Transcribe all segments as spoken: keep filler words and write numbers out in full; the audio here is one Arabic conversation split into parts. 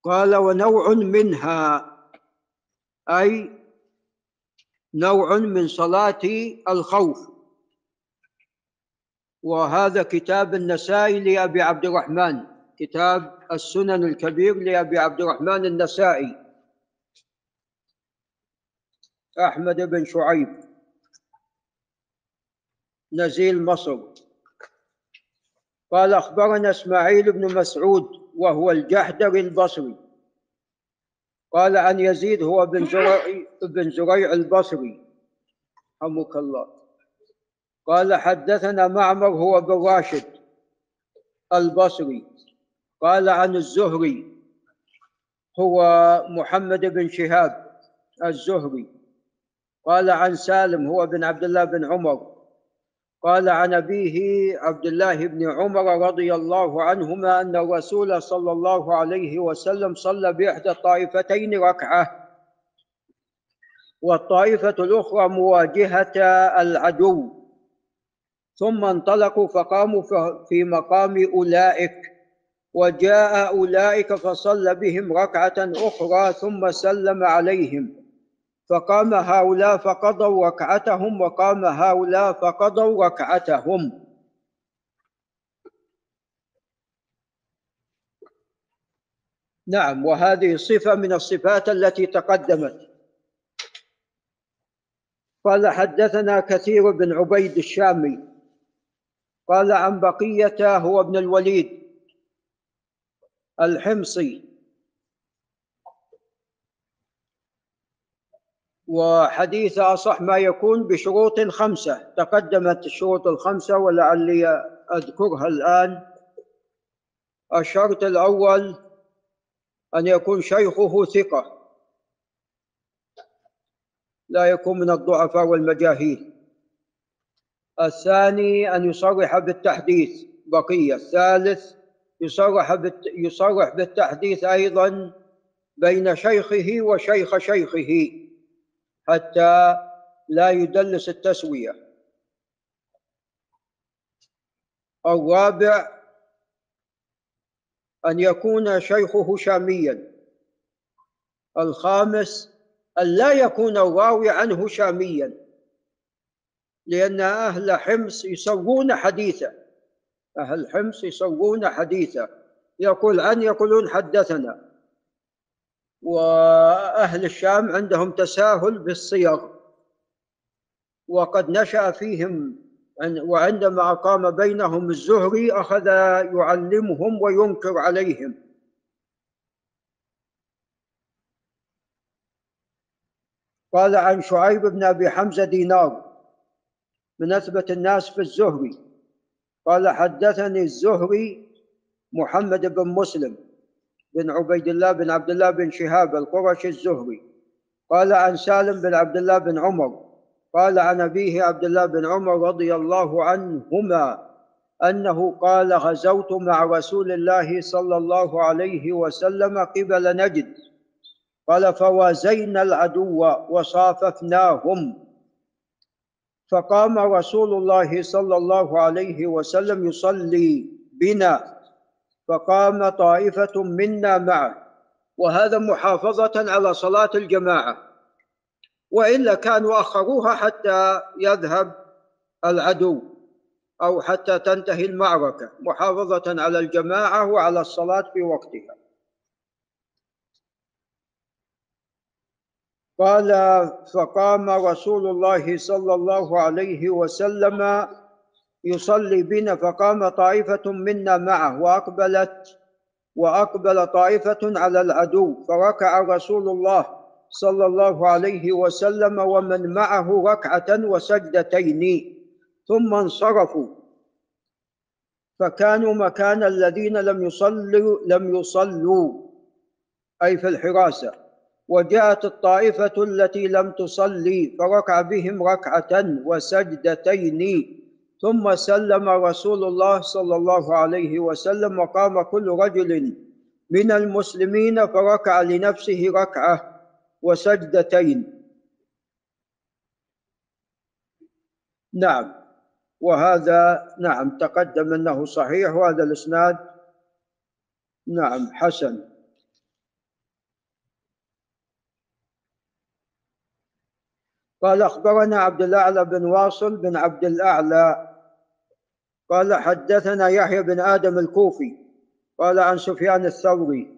قال: ونوع منها، أي نوع من صلاة الخوف. وهذا كتاب النسائي لأبي عبد الرحمن، كتاب السنن الكبير لأبي عبد الرحمن النسائي أحمد بن شعيب نزيل مصر. قال: أخبرنا إسماعيل بن مسعود وهو الجحدري البصري قال عن يزيد هو بن زريع بن زريع البصري رحمك الله قال: حدثنا معمر هو بن راشد البصري قال عن الزهري هو محمد بن شهاب الزهري قال عن سالم هو بن عبد الله بن عمر قال عن أبيه عبد الله بن عمر رضي الله عنهما أن الرسول صلى الله عليه وسلم صلى بإحدى الطائفتين ركعة، والطائفة الأخرى مواجهة العدو، ثم انطلقوا فقاموا في مقام أولئك، وجاء أولئك فصلى بهم ركعة أخرى ثم سلم عليهم، فقام هؤلاء فقضوا ركعتهم وقام هؤلاء فقضوا ركعتهم. نعم، وهذه صفة من الصفات التي تقدمت. قال: حدثنا كثير بن عبيد الشامي قال عن بقية هو ابن الوليد الحمصي، وحديث أصح ما يكون بشروط خمسة، تقدمت الشروط الخمسة ولعلي أذكرها الآن. الشرط الأول أن يكون شيخه ثقة، لا يكون من الضعفاء والمجاهيل. الثاني أن يصرح بالتحديث بقية. الثالث يصرح يصرح بالتحديث أيضا بين شيخه وشيخ شيخه حتى لا يدلس التسوية. الرابع أن يكون شيخه شاميا. الخامس أن لا يكون الراوي عنه شاميا، لأن أهل حمص يسوون حديثا، أهل حمص يسوون حديثا، يقول عن يقولون حدثنا. وأهل الشام عندهم تساهل بالصيغ، وقد نشأ فيهم، وعندما أقام بينهم الزهري أخذ يعلمهم وينكر عليهم. قال عن شعيب بن أبي حمزة دينار من أثبت الناس في الزهري قال: حدثني الزهري محمد بن مسلم بن عبيد الله بن عبد الله بن شهاب القرشي الزهري قال عن سالم بن عبد الله بن عمر قال عن أبيه عبد الله بن عمر رضي الله عنهما أنه قال: غزوت مع رسول الله صلى الله عليه وسلم قبل نجد، قال: فوازينا العدو وصاففناهم، فقام رسول الله صلى الله عليه وسلم يصلي بنا، فقام طائفة منا معه. وهذا محافظة على صلاة الجماعة، وإلا كانوا أخروها حتى يذهب العدو أو حتى تنتهي المعركة، محافظة على الجماعة وعلى الصلاة في وقتها. قال: فقام رسول الله صلى الله عليه وسلم يصلي بنا، فقام طائفة منا معه وأقبلت وأقبل طائفة على العدو، فركع رسول الله صلى الله عليه وسلم ومن معه ركعة وسجدتين ثم انصرفوا، فكانوا مكان الذين لم يصلوا لم يصلوا أي في الحراسة، وجاءت الطائفة التي لم تصلي فركع بهم ركعة وسجدتين ثم سلم رسول الله صلى الله عليه وسلم، وقام كل رجل من المسلمين فركع لنفسه ركعة وسجدتين. نعم، وهذا نعم تقدم أنه صحيح، وهذا الإسناد نعم حسن. قال أخبرنا عبد الأعلى بن واصل بن عبد الأعلى قال حدثنا يحيى بن آدم الكوفي قال عن سفيان الثوري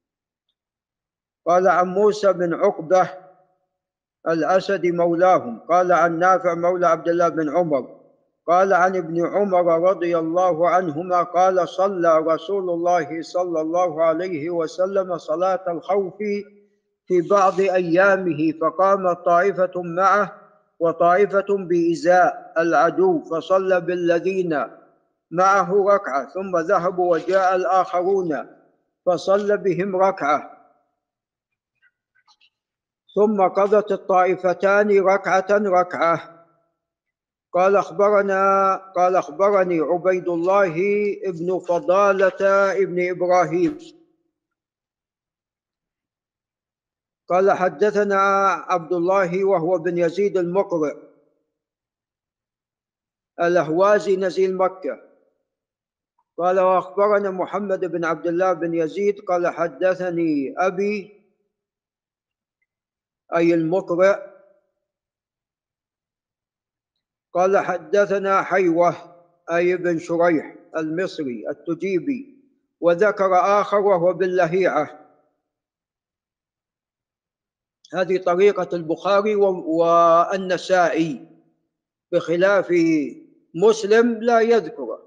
قال عن موسى بن عقبة الأسدي مولاهم قال عن نافع مولى عبد الله بن عمر قال عن ابن عمر رضي الله عنهما قال صلى رسول الله صلى الله عليه وسلم صلاة الخوف في بعض أيامه، فقام طائفة معه وطائفة بإزاء العدو، فصلى بالذين معه ركعة، ثم ذهبوا وجاء الآخرون فصلى بهم ركعة، ثم قضت الطائفتان ركعة ركعة. قال أخبرنا قال أخبرني عبيد الله ابن فضالة ابن إبراهيم قال حدثنا عبد الله وهو بن يزيد المقرئ الأهوازي نزيل مكة قال وأخبرنا محمد بن عبد الله بن يزيد قال حدثني أبي أي المقرئ قال حدثنا حيوة أي بن شريح المصري التجيبي، وذكر آخر وهو باللهيعة. هذه طريقة البخاري والنسائي، بخلاف مسلم لا يذكره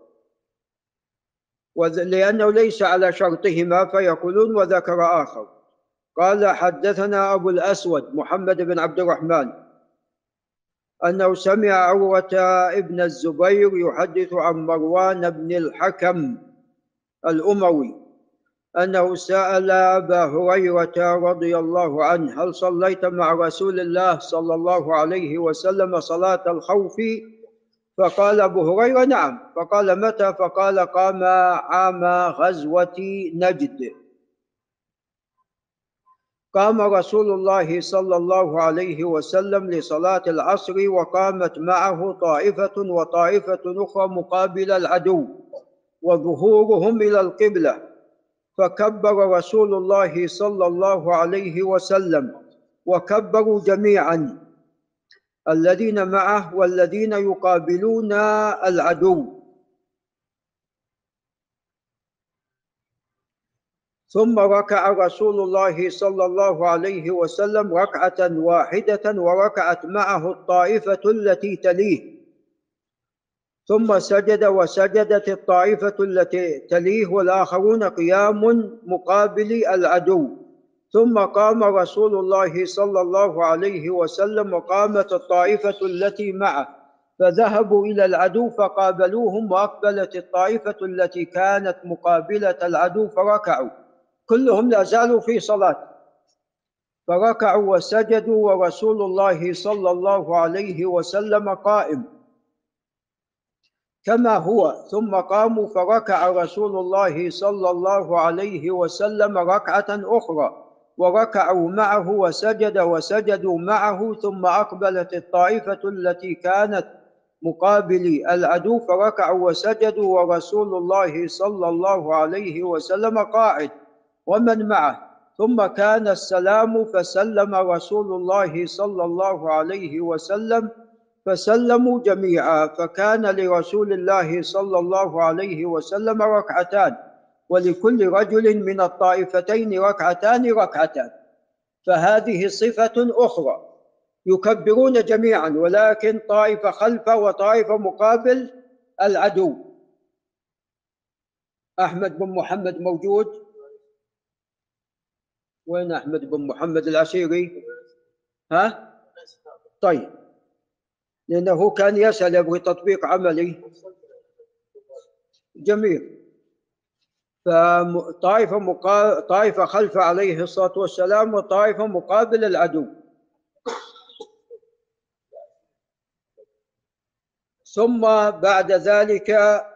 لأنه ليس على شرطهما فيقولون وذكر آخر. قال حدثنا أبو الأسود محمد بن عبد الرحمن أنه سمع عروة ابن الزبير يحدث عن مروان بن الحكم الأموي أنه سأل أبا هريرة رضي الله عنه هل صليت مع رسول الله صلى الله عليه وسلم صلاة الخوف؟ فقال أبو هريرة نعم. فقال متى؟ فقال قام عام غزوة نجد. قام رسول الله صلى الله عليه وسلم لصلاة العصر، وقامت معه طائفة وطائفة أخرى مقابل العدو وظهورهم إلى القبلة، فكبر رسول الله صلى الله عليه وسلم وكبروا جميعا الذين معه والذين يقابلون العدو، ثم ركع رسول الله صلى الله عليه وسلم ركعة واحدة وركعت معه الطائفة التي تليه، ثم سجد وسجدت الطائفة التي تليه والآخرون قيام مقابل العدو، ثم قام رسول الله صلى الله عليه وسلم وقامت الطائفة التي معه، فذهبوا إلى العدو فقابلوهم، وأقبلت الطائفة التي كانت مقابلة العدو فركعوا، كلهم لا زالوا في صلاة، فركعوا وسجدوا ورسول الله صلى الله عليه وسلم قائم كما هو، ثم قاموا فركع رسول الله صلى الله عليه وسلم ركعة أخرى وركعوا معه وسجد وسجدوا معه، ثم أقبلت الطائفة التي كانت مقابل العدو فركعوا وسجدوا ورسول الله صلى الله عليه وسلم قاعد ومن معه، ثم كان السلام فسلم رسول الله صلى الله عليه وسلم فسلموا جميعا، فكان لرسول الله صلى الله عليه وسلم ركعتان ولكل رجل من الطائفتين ركعتان ركعتان. فهذه صفة أخرى، يكبرون جميعا ولكن طائفة خلفه وطائفة مقابل العدو. أحمد بن محمد موجود؟ وين أحمد بن محمد العسيري؟ ها؟ طيب، لأنه كان يسأل يبغي تطبيق عملي. جميل. فطائفة مقا... طائفة خلف عليه الصلاة والسلام وطائفة مقابل العدو. ثم بعد ذلك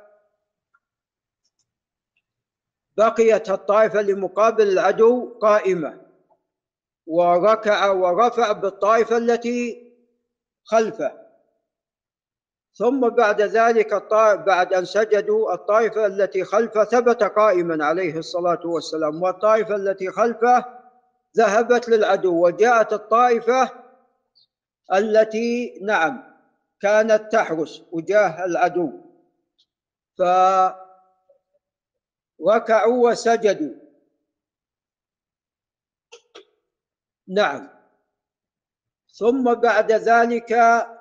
بقيت الطائفة لمقابل العدو قائمة، وركع ورفع بالطائفة التي خلفه، ثم بعد ذلك بعد أن سجدوا الطائفة التي خلفه ثبت قائما عليه الصلاة والسلام، والطائفة التي خلفه ذهبت للعدو، وجاءت الطائفة التي نعم كانت تحرس وجاه العدو، فركعوا وسجدوا. نعم. ثم بعد ذلك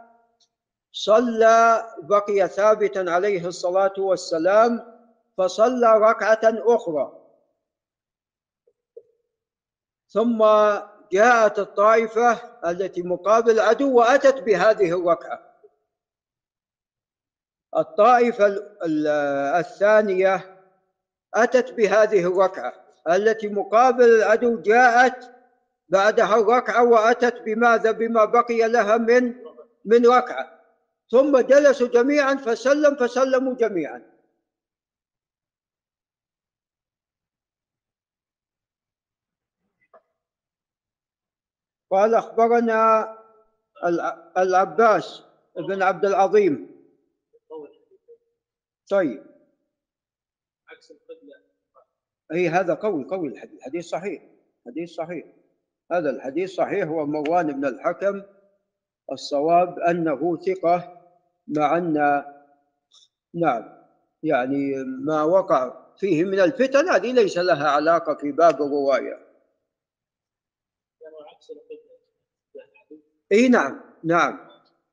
صلى، بقي ثابتا عليه الصلاة والسلام فصلى ركعة أخرى، ثم جاءت الطائفة التي مقابل العدو وأتت بهذه الركعة. الطائفة الثانية أتت بهذه الركعة التي مقابل العدو، جاءت بعدها الركعة وأتت بماذا؟ بما بقي لها من من ركعة، ثم جلسوا جميعا فسلم فسلموا جميعا. قال أخبرنا العباس بن عبد العظيم. طيب، أي هذا قوي قوي الحديث، حديث صحيح، حديث صحيح، هذا الحديث صحيح. هو مروان بن الحكم، الصواب أنه ثقة، مع أن نعم يعني ما وقع فيه من الفتن هذه ليس لها علاقة في باب الرواية. اي نعم نعم،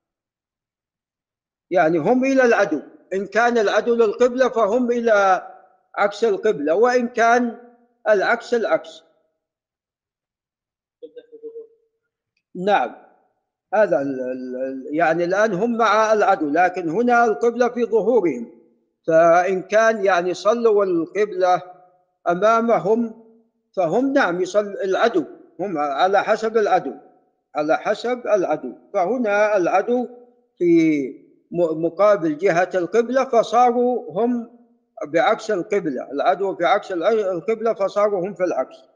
يعني هم إلى العدو، إن كان العدو للقبلة فهم إلى عكس القبلة، وإن كان العكس العكس. نعم، هذا يعني الآن هم مع العدو، لكن هنا القبلة في ظهورهم، فإن كان يعني صلوا القبلة أمامهم فهم نعم يصل العدو، هم على حسب العدو، على حسب العدو. فهنا العدو في مقابل جهة القبلة فصاروا هم بعكس القبلة، العدو بعكس القبلة فصاروا هم في العكس.